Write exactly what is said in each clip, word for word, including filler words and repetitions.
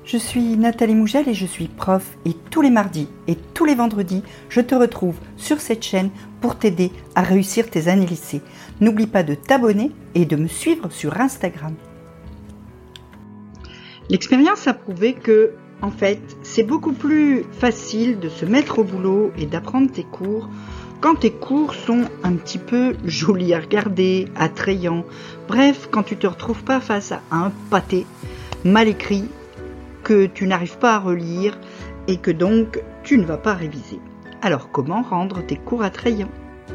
Je suis Nathalie Mougel et je suis prof et tous les mardis et tous les vendredis, je te retrouve sur cette chaîne pour t'aider à réussir tes années lycée. N'oublie pas de t'abonner et de me suivre sur Instagram. L'expérience a prouvé que, en fait, c'est beaucoup plus facile de se mettre au boulot et d'apprendre tes cours quand tes cours sont un petit peu jolis à regarder, attrayants. Bref, quand tu te retrouves pas face à un pâté mal écrit que tu n'arrives pas à relire et que donc tu ne vas pas réviser. Alors comment rendre tes cours attrayants?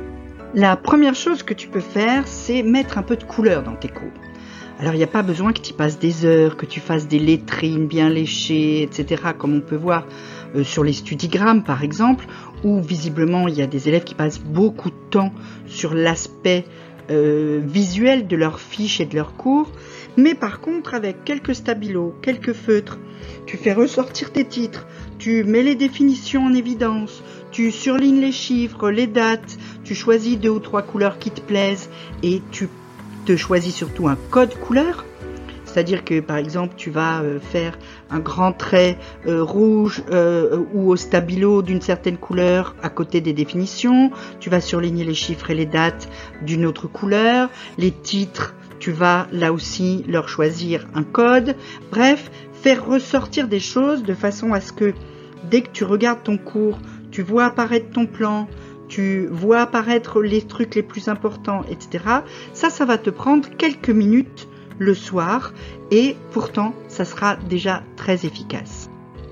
La première chose que tu peux faire, c'est mettre un peu de couleur dans tes cours. Alors il n'y a pas besoin que tu y passes des heures, que tu fasses des lettrines bien léchées, et cetera, comme on peut voir euh, sur les studigrammes par exemple, où visiblement il y a des élèves qui passent beaucoup de temps sur l'aspect euh, visuel de leurs fiches et de leurs cours. Mais par contre, avec quelques stabilos, quelques feutres, tu fais ressortir tes titres, tu mets les définitions en évidence, tu surlignes les chiffres, les dates, tu choisis deux ou trois couleurs qui te plaisent et tu te choisis surtout un code couleur. C'est-à-dire que par exemple, tu vas euh, faire un grand trait euh, rouge euh, ou au stabilo d'une certaine couleur à côté des définitions. Tu vas surligner les chiffres et les dates d'une autre couleur. Les titres, tu vas là aussi leur choisir un code. Bref, faire ressortir des choses de façon à ce que dès que tu regardes ton cours, tu vois apparaître ton plan, tu vois apparaître les trucs les plus importants, et cetera. Ça, ça va te prendre quelques minutes le soir et pourtant, ça sera déjà très efficace.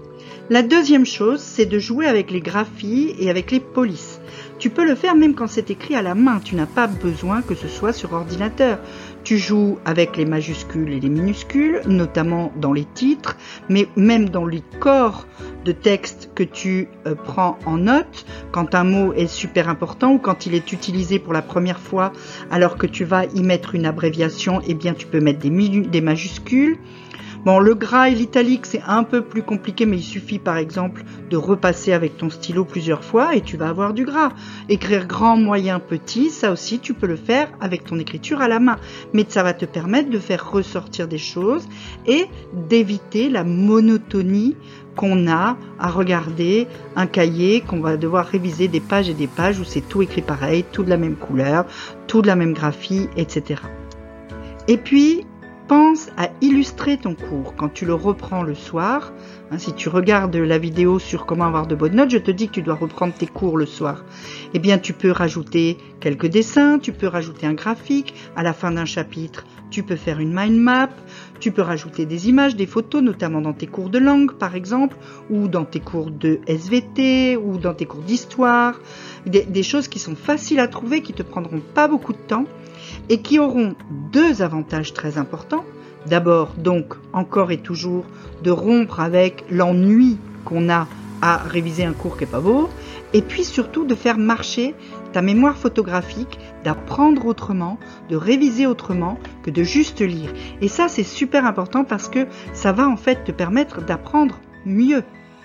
La deuxième chose, c'est de jouer avec les graphies et avec les polices. Tu peux le faire même quand c'est écrit à la main, tu n'as pas besoin que ce soit sur ordinateur. Tu joues avec les majuscules et les minuscules, notamment dans les titres, mais même dans les corps de texte que tu euh, prends en note, quand un mot est super important ou quand il est utilisé pour la première fois, alors que tu vas y mettre une abréviation, eh bien tu peux mettre des, minu- des majuscules. Bon, le gras et l'italique, c'est un peu plus compliqué, mais il suffit par exemple de repasser avec ton stylo plusieurs fois et tu vas avoir du gras. Écrire grand, moyen, petit, ça aussi tu peux le faire avec ton écriture à la main. Mais ça va te permettre de faire ressortir des choses et d'éviter la monotonie qu'on a à regarder un cahier, qu'on va devoir réviser des pages et des pages où c'est tout écrit pareil, tout de la même couleur, tout de la même graphie, et cetera. Et puis, pense à illustrer ton cours quand tu le reprends le soir. Hein, si tu regardes la vidéo sur comment avoir de bonnes notes, je te dis que tu dois reprendre tes cours le soir. Eh bien, tu peux rajouter quelques dessins, tu peux rajouter un graphique. À la fin d'un chapitre, tu peux faire une mind map. Tu peux rajouter des images, des photos, notamment dans tes cours de langue, par exemple, ou dans tes cours de S V T, ou dans tes cours d'histoire. Des, des choses qui sont faciles à trouver, qui te prendront pas beaucoup de temps et qui auront deux avantages très importants. D'abord, donc, encore et toujours, de rompre avec l'ennui qu'on a à réviser un cours qui n'est pas beau, et puis surtout de faire marcher ta mémoire photographique, d'apprendre autrement, de réviser autrement que de juste lire. Et ça, c'est super important parce que ça va en fait te permettre d'apprendre mieux.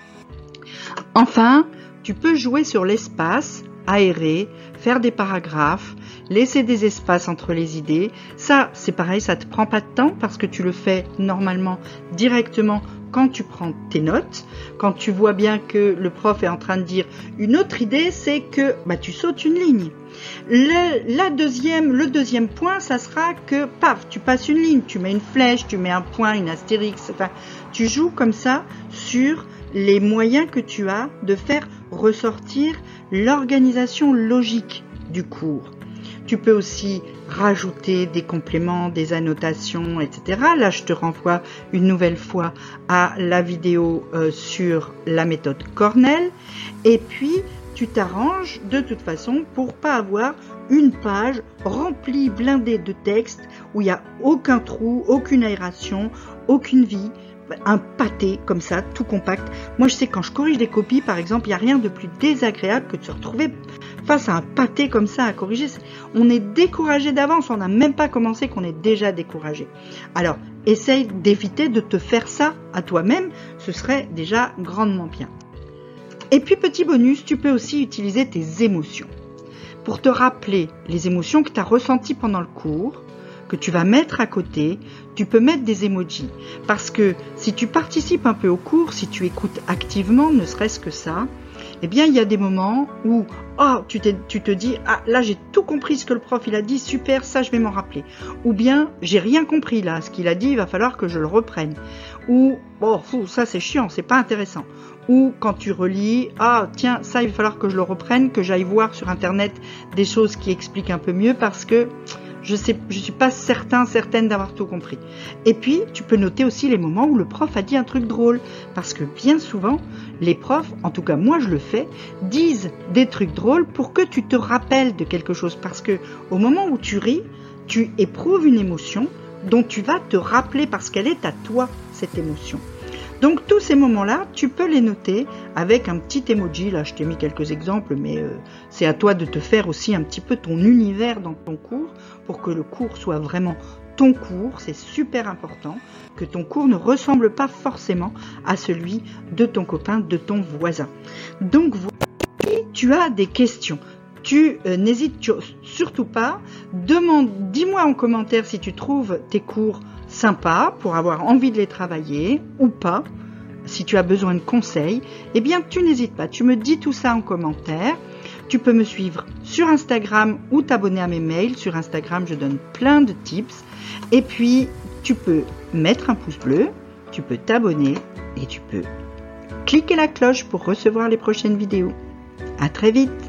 Enfin, tu peux jouer sur l'espace, aérer, faire des paragraphes, laisser des espaces entre les idées. Ça, c'est pareil, ça te prend pas de temps parce que tu le fais normalement directement quand tu prends tes notes. Quand tu vois bien que le prof est en train de dire une autre idée, c'est que bah, tu sautes une ligne. Le, la deuxième, le deuxième point, ça sera que, paf, tu passes une ligne, tu mets une flèche, tu mets un point, une astérix, enfin, tu joues comme ça sur les moyens que tu as de faire ressortir l'organisation logique du cours. Tu peux aussi rajouter des compléments, des annotations, et cetera. Là, je te renvoie une nouvelle fois à la vidéo euh, sur la méthode Cornell. Et puis, tu t'arranges de toute façon pour pas avoir une page remplie, blindée de texte où il n'y a aucun trou, aucune aération, aucune vie. Un pâté comme ça, tout compact. Moi, je sais quand je corrige des copies, par exemple, il n'y a rien de plus désagréable que de se retrouver face à un pâté comme ça à corriger. On est découragé d'avance, on n'a même pas commencé qu'on est déjà découragé. Alors, essaye d'éviter de te faire ça à toi-même, ce serait déjà grandement bien. Et puis, petit bonus, tu peux aussi utiliser tes émotions. Pour te rappeler les émotions que tu as ressenties pendant le cours, que tu vas mettre à côté, tu peux mettre des emojis. Parce que si tu participes un peu au cours, si tu écoutes activement, ne serait-ce que ça, eh bien, il y a des moments où oh, tu, tu te dis « Ah, là, j'ai tout compris ce que le prof il a dit, super, ça, je vais m'en rappeler. » Ou bien « J'ai rien compris là, ce qu'il a dit, il va falloir que je le reprenne. » Ou « Bon, oh, ça, c'est chiant, c'est pas intéressant. » Ou quand tu relis « Ah, tiens, ça, il va falloir que je le reprenne, que j'aille voir sur Internet des choses qui expliquent un peu mieux parce que je sais, je suis pas certain, certaine d'avoir tout compris. » Et puis, tu peux noter aussi les moments où le prof a dit un truc drôle. Parce que bien souvent, les profs, en tout cas moi je le fais, disent des trucs drôles pour que tu te rappelles de quelque chose. Parce que au moment où tu ris, tu éprouves une émotion dont tu vas te rappeler parce qu'elle est à toi, cette émotion. Donc tous ces moments-là, tu peux les noter avec un petit emoji. Là, je t'ai mis quelques exemples, mais euh, c'est à toi de te faire aussi un petit peu ton univers dans ton cours pour que le cours soit vraiment ton cours. C'est super important que ton cours ne ressemble pas forcément à celui de ton copain, de ton voisin. Donc, si tu as des questions, tu euh, n'hésites tu, surtout pas. Demande, dis-moi en commentaire si tu trouves tes cours sympas pour avoir envie de les travailler ou pas. Si tu as besoin de conseils, eh bien tu n'hésites pas. Tu me dis tout ça en commentaire. Tu peux me suivre sur Instagram ou t'abonner à mes mails. Sur Instagram, je donne plein de tips. Et puis, tu peux mettre un pouce bleu, tu peux t'abonner et tu peux cliquer la cloche pour recevoir les prochaines vidéos. À très vite!